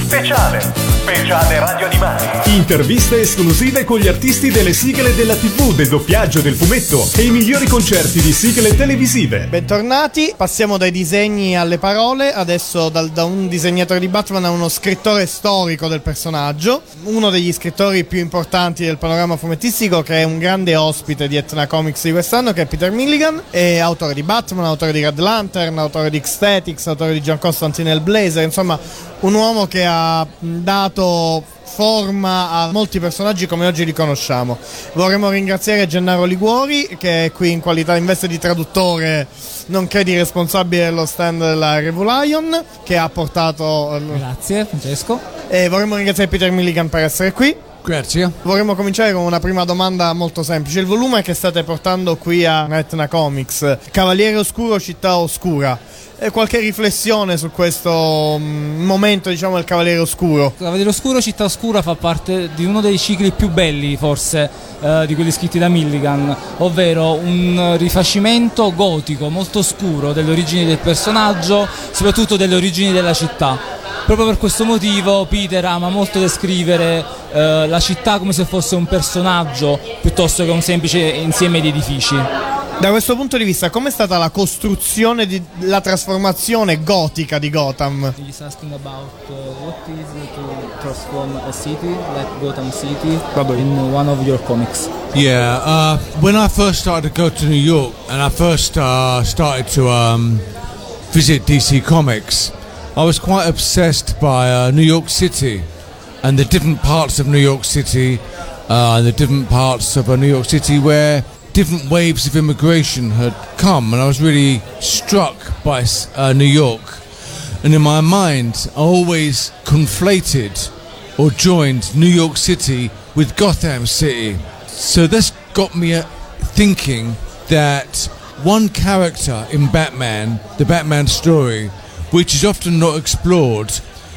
Speciale Radio Animati. Interviste esclusive con gli artisti delle sigle della TV, del doppiaggio, del fumetto e i migliori concerti di sigle televisive. Bentornati, passiamo dai disegni alle parole, adesso da un disegnatore di Batman a uno scrittore storico del personaggio, uno degli scrittori più importanti del panorama fumettistico, che è un grande ospite di Etna Comics di quest'anno, che è Peter Milligan, è autore di Batman, autore di Red Lantern, autore di X-Statix, autore di John Constantine e il Blazer, insomma un uomo che ha dato forma a molti personaggi come oggi li conosciamo. Vorremmo ringraziare Gennaro Liguori, che è qui in qualità in veste di traduttore nonché di responsabile dello stand della Revue Lion, che ha portato... Grazie Francesco. E vorremmo ringraziare Peter Milligan per essere qui. Grazie. Vorremmo cominciare con una prima domanda molto semplice. Il volume che state portando qui a Etna Comics, Cavaliere Oscuro, Città Oscura, qualche riflessione su questo momento, diciamo, del Cavaliere Oscuro? Cavaliere Oscuro, Città Oscura fa parte di uno dei cicli più belli forse di quelli scritti da Milligan, ovvero un rifacimento gotico molto scuro delle origini del personaggio, soprattutto delle origini della città. Proprio per questo motivo Peter ama molto descrivere la città come se fosse un personaggio piuttosto che un semplice insieme di edifici. Da questo punto di vista, com'è stata la costruzione, la trasformazione gotica di Gotham? He's asking about what is to transform a city like Gotham City in one of your comics. Yeah, when I first started to go to New York and I first started to visit DC Comics, I was quite obsessed by New York City and the different parts of New York City and the different parts of New York City where different waves of immigration had come, and I was really struck by New York. And in my mind, I always conflated or joined New York City with Gotham City. So this got me thinking that one character in Batman, the Batman story, which is often not explored,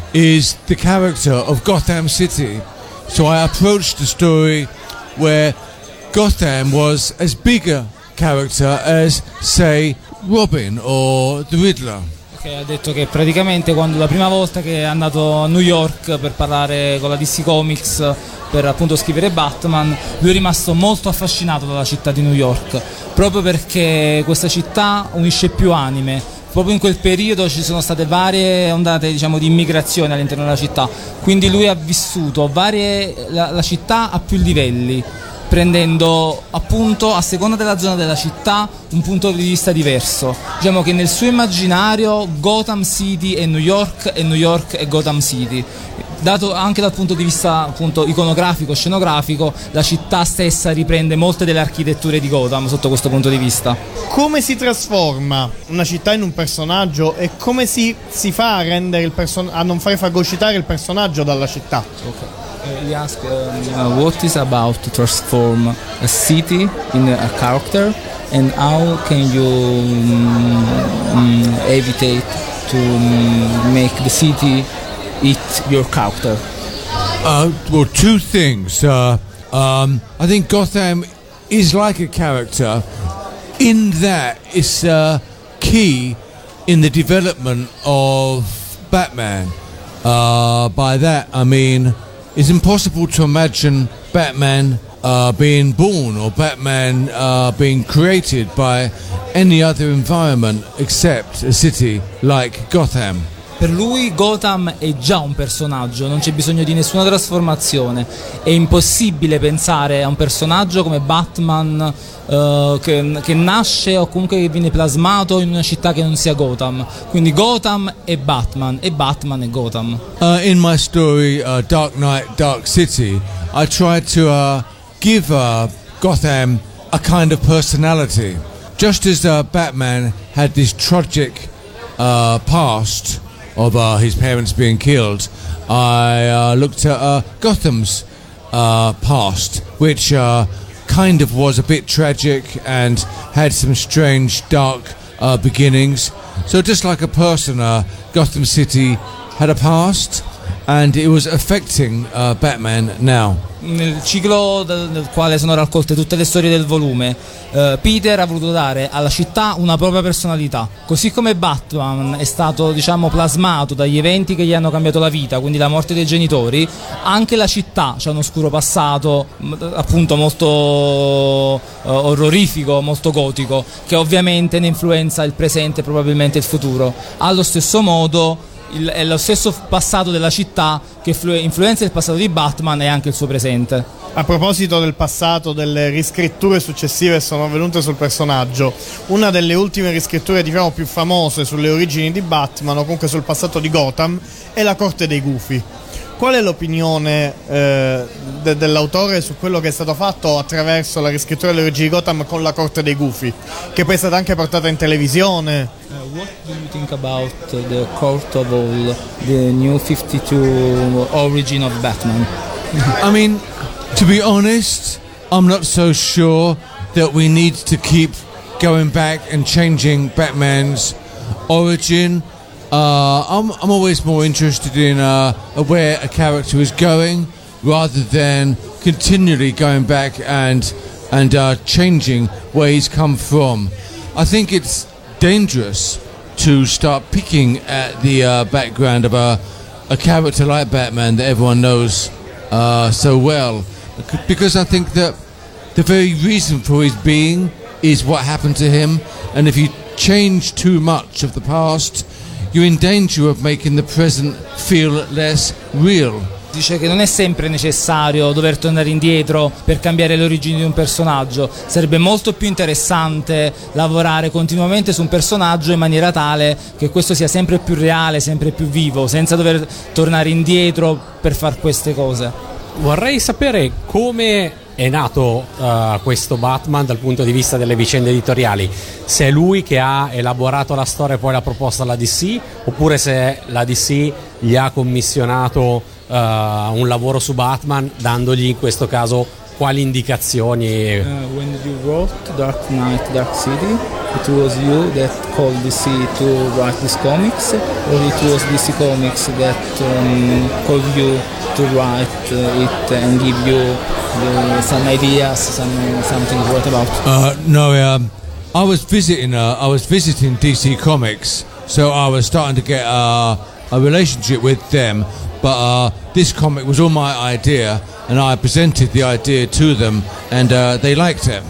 is the character of Gotham City. So I approached the story where Gotham was as big a character as, say, Robin or the Riddler. Okay, ha detto che praticamente quando la prima volta che è andato a New York per parlare con la DC Comics per appunto scrivere Batman, lui è rimasto molto affascinato dalla città di New York, proprio perché questa città unisce più anime. Proprio in quel periodo ci sono state varie ondate, diciamo, di immigrazione all'interno della città, quindi lui ha vissuto la città a più livelli, prendendo appunto a seconda della zona della città un punto di vista diverso. Diciamo che nel suo immaginario Gotham City è New York e New York è Gotham City. Dato anche dal punto di vista appunto iconografico, scenografico, la città stessa riprende molte delle architetture di Gotham sotto questo punto di vista. Come si trasforma una città in un personaggio e come si fa a rendere a non fare fagocitare il personaggio dalla città? Okay. He asked what is about to transform a city in a character and how can you evitate to make the city eat your character? Well, two things. I think Gotham is like a character in that it's key in the development of Batman. By that I mean it's impossible to imagine Batman being born or Batman being created by any other environment except a city like Gotham. Per lui Gotham è già un personaggio, non c'è bisogno di nessuna trasformazione. È impossibile pensare a un personaggio come Batman che nasce o comunque che viene plasmato in una città che non sia Gotham. Quindi Gotham è Batman e Batman è Gotham. In my story Dark Knight, Dark City, I tried to give Gotham a kind of personality. Just as Batman had this tragic past of his parents being killed, I looked at Gotham's past, which kind of was a bit tragic and had some strange dark beginnings. So just like a person, Gotham City had a past, and it was affecting Batman now. Nel ciclo nel quale sono raccolte tutte le storie del volume, Peter ha voluto dare alla città una propria personalità, così come Batman è stato, diciamo, plasmato dagli eventi che gli hanno cambiato la vita, quindi la morte dei genitori. Anche la città c'ha un oscuro passato, appunto molto orrorifico, molto gotico, che ovviamente ne influenza il presente e probabilmente il futuro. Allo stesso modo è lo stesso passato della città che influenza il passato di Batman e anche il suo presente. A proposito del passato, delle riscritture successive sono avvenute sul personaggio. Una delle ultime riscritture, diciamo, più famose sulle origini di Batman, o comunque sul passato di Gotham, è la Corte dei Gufi. Qual è l'opinione dell'autore su quello che è stato fatto attraverso la riscrittura delle origini di Gotham con la Corte dei Gufi, che poi è stata anche portata in televisione? What do you think about the Court of All, the new 52 origin of Batman? I mean, to be honest, I'm not so sure that we need to keep going back and changing Batman's origin. I'm always more interested in where a character is going, rather than continually going back and changing where he's come from. I think it's dangerous to start picking at the background of a character like Batman that everyone knows so well, because I think that the very reason for his being is what happened to him, and if you change too much of the past, you're in danger of making the present feel less real. Dice che non è sempre necessario dover tornare indietro per cambiare le origini di un personaggio. Sarebbe molto più interessante lavorare continuamente su un personaggio in maniera tale che questo sia sempre più reale, sempre più vivo, senza dover tornare indietro per far queste cose. Vorrei sapere come è nato questo Batman dal punto di vista delle vicende editoriali, se è lui che ha elaborato la storia e poi l'ha proposta alla DC, oppure se la DC gli ha commissionato un lavoro su Batman, dandogli in questo caso quali indicazioni. When you wrote Dark Knight, Dark City, it was you that called DC to write these comics, or it was DC Comics that called you to write it and give you some ideas, something to write about? No, I was visiting DC Comics, so I was starting to get a relationship with them. But this comic was all my idea, and I presented the idea to them, and they liked it.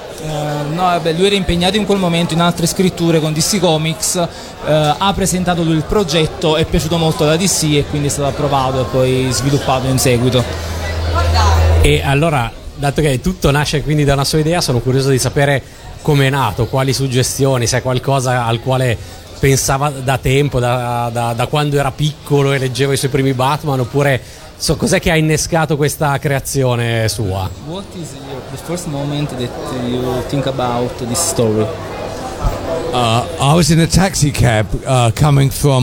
No, lui era impegnato in quel momento in altre scritture con DC Comics, ha presentato lui il progetto, è piaciuto molto alla DC e quindi è stato approvato e poi sviluppato in seguito. E allora, dato che tutto nasce quindi da una sua idea, sono curioso di sapere come è nato, quali suggestioni, se è qualcosa al quale pensava da tempo, da quando era piccolo e leggeva i suoi primi Batman, oppure cos'è che ha innescato questa creazione sua? What is the first moment that you think about this story? I was in a taxi cab coming from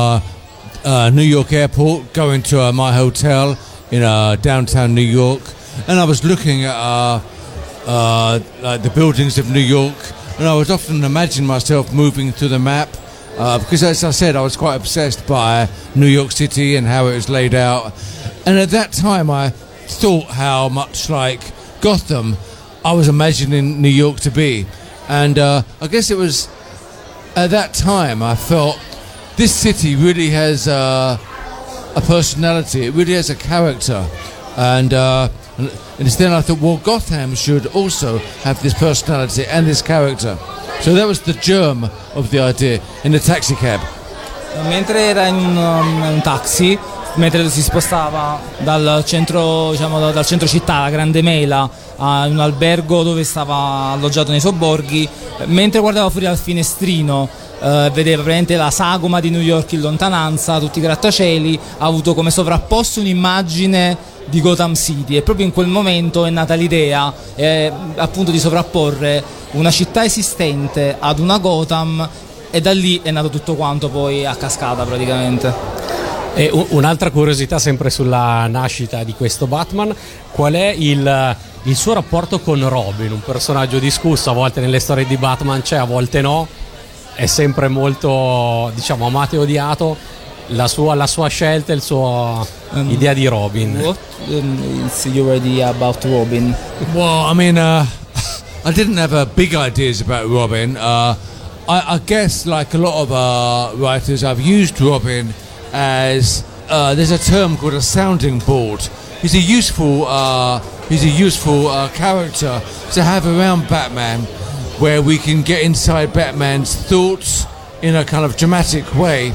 New York airport, going to my hotel in downtown New York, and I was looking at like the buildings of New York, and I was often imagining myself moving through the map. Because, as I said, I was quite obsessed by New York City and how it was laid out. And at that time, I thought how much like Gotham I was imagining New York to be. And I guess it was at that time I felt this city really has a personality. It really has a character. And then I thought, well, Gotham should also have this personality and this character. So that was the germ of the idea in the taxi cab. Mentre era in un taxi, mentre si spostava dal centro, diciamo, dal centro città, la Grande Mela, a un albergo dove stava alloggiato nei sobborghi, mentre guardava fuori dal finestrino, vedeva praticamente la sagoma di New York in lontananza, tutti i grattacieli, ha avuto come sovrapposto un'immagine di Gotham City, e proprio in quel momento è nata l'idea appunto di sovrapporre una città esistente ad una Gotham, e da lì è nato tutto quanto poi a cascata praticamente. E un'altra curiosità sempre sulla nascita di questo Batman: qual è il suo rapporto con Robin, un personaggio discusso, a volte nelle storie di Batman c'è, a volte no, è sempre molto, diciamo, amato e odiato. la sua scelta e il suo idea di Robin. What is your idea about Robin? Well, I mean, I didn't have big ideas about Robin. I guess, like a lot of writers, I've used Robin as there's a term called a sounding board. He's a useful character to have around Batman, where we can get inside Batman's thoughts in a kind of dramatic way.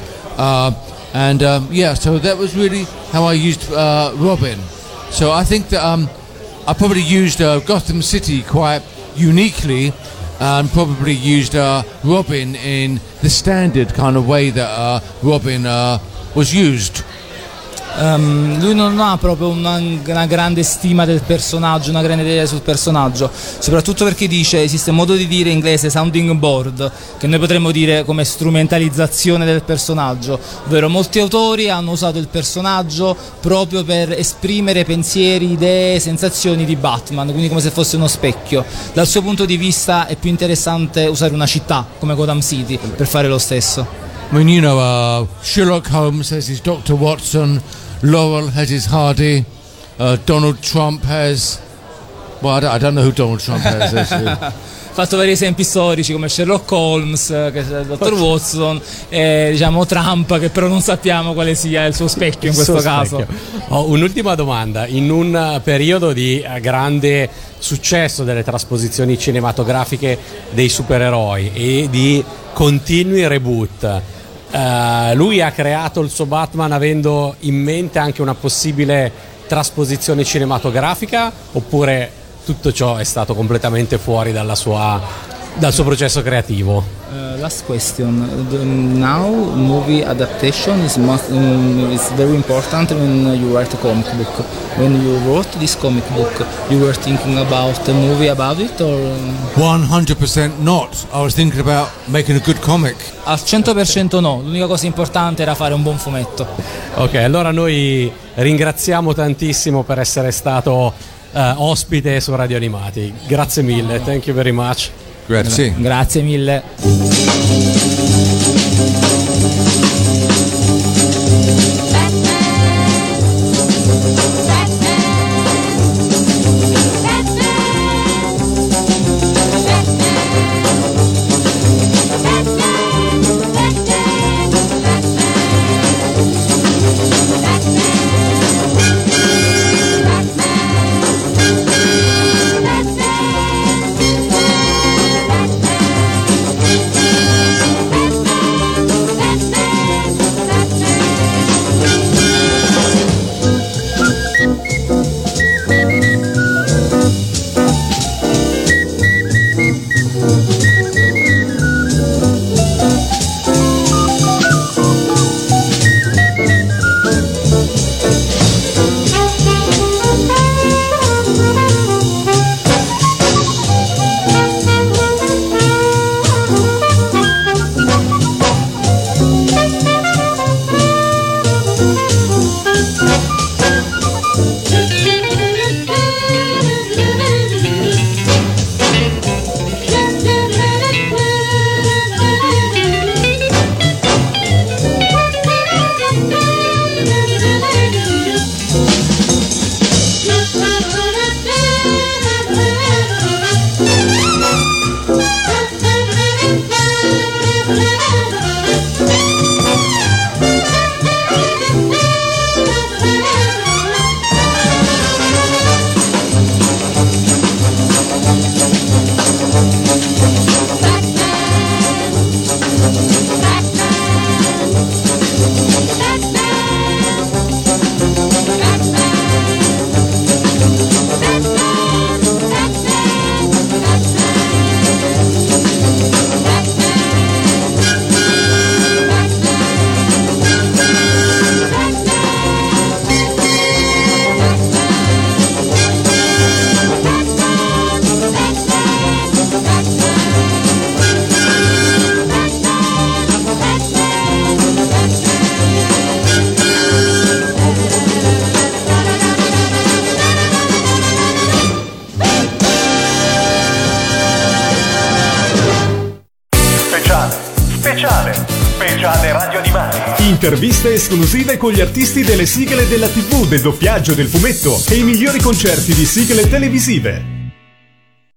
So that was really how I used Robin. So I think that I probably used Gotham City quite uniquely, and probably used Robin in the standard kind of way that Robin was used. Lui non ha proprio una grande stima del personaggio, una grande idea sul personaggio, soprattutto perché dice, esiste un modo di dire in inglese sounding board, che noi potremmo dire come strumentalizzazione del personaggio, ovvero molti autori hanno usato il personaggio proprio per esprimere pensieri, idee, sensazioni di Batman, quindi come se fosse uno specchio. Dal suo punto di vista è più interessante usare una città come Gotham City per fare lo stesso. I mean, you know, Sherlock Holmes has his Dr. Watson, Laurel has his Hardy, Donald Trump has... Well, I don't know who Donald Trump has, actually. Fatto vari esempi storici come Sherlock Holmes, che è il dottor Watson, e diciamo Trump, che però non sappiamo quale sia il suo specchio in questo caso. Un'ultima domanda: in un periodo di grande successo delle trasposizioni cinematografiche dei supereroi e di continui reboot, lui ha creato il suo Batman avendo in mente anche una possibile trasposizione cinematografica, oppure tutto ciò è stato completamente fuori dal suo processo creativo? Last question. Now movie adaptation is very important when you write a comic book. When you wrote this comic book, you were thinking about a movie about it, or 100% not. I was thinking about making a good comic. Al 100% no, l'unica cosa importante era fare un buon fumetto. Ok, allora noi ringraziamo tantissimo per essere stato ospite su Radio Animati. Grazie mille, thank you very much. Grazie. Grazie mille. speciale Radio Animati. Interviste esclusive con gli artisti delle sigle della TV, del doppiaggio, del fumetto e i migliori concerti di sigle televisive.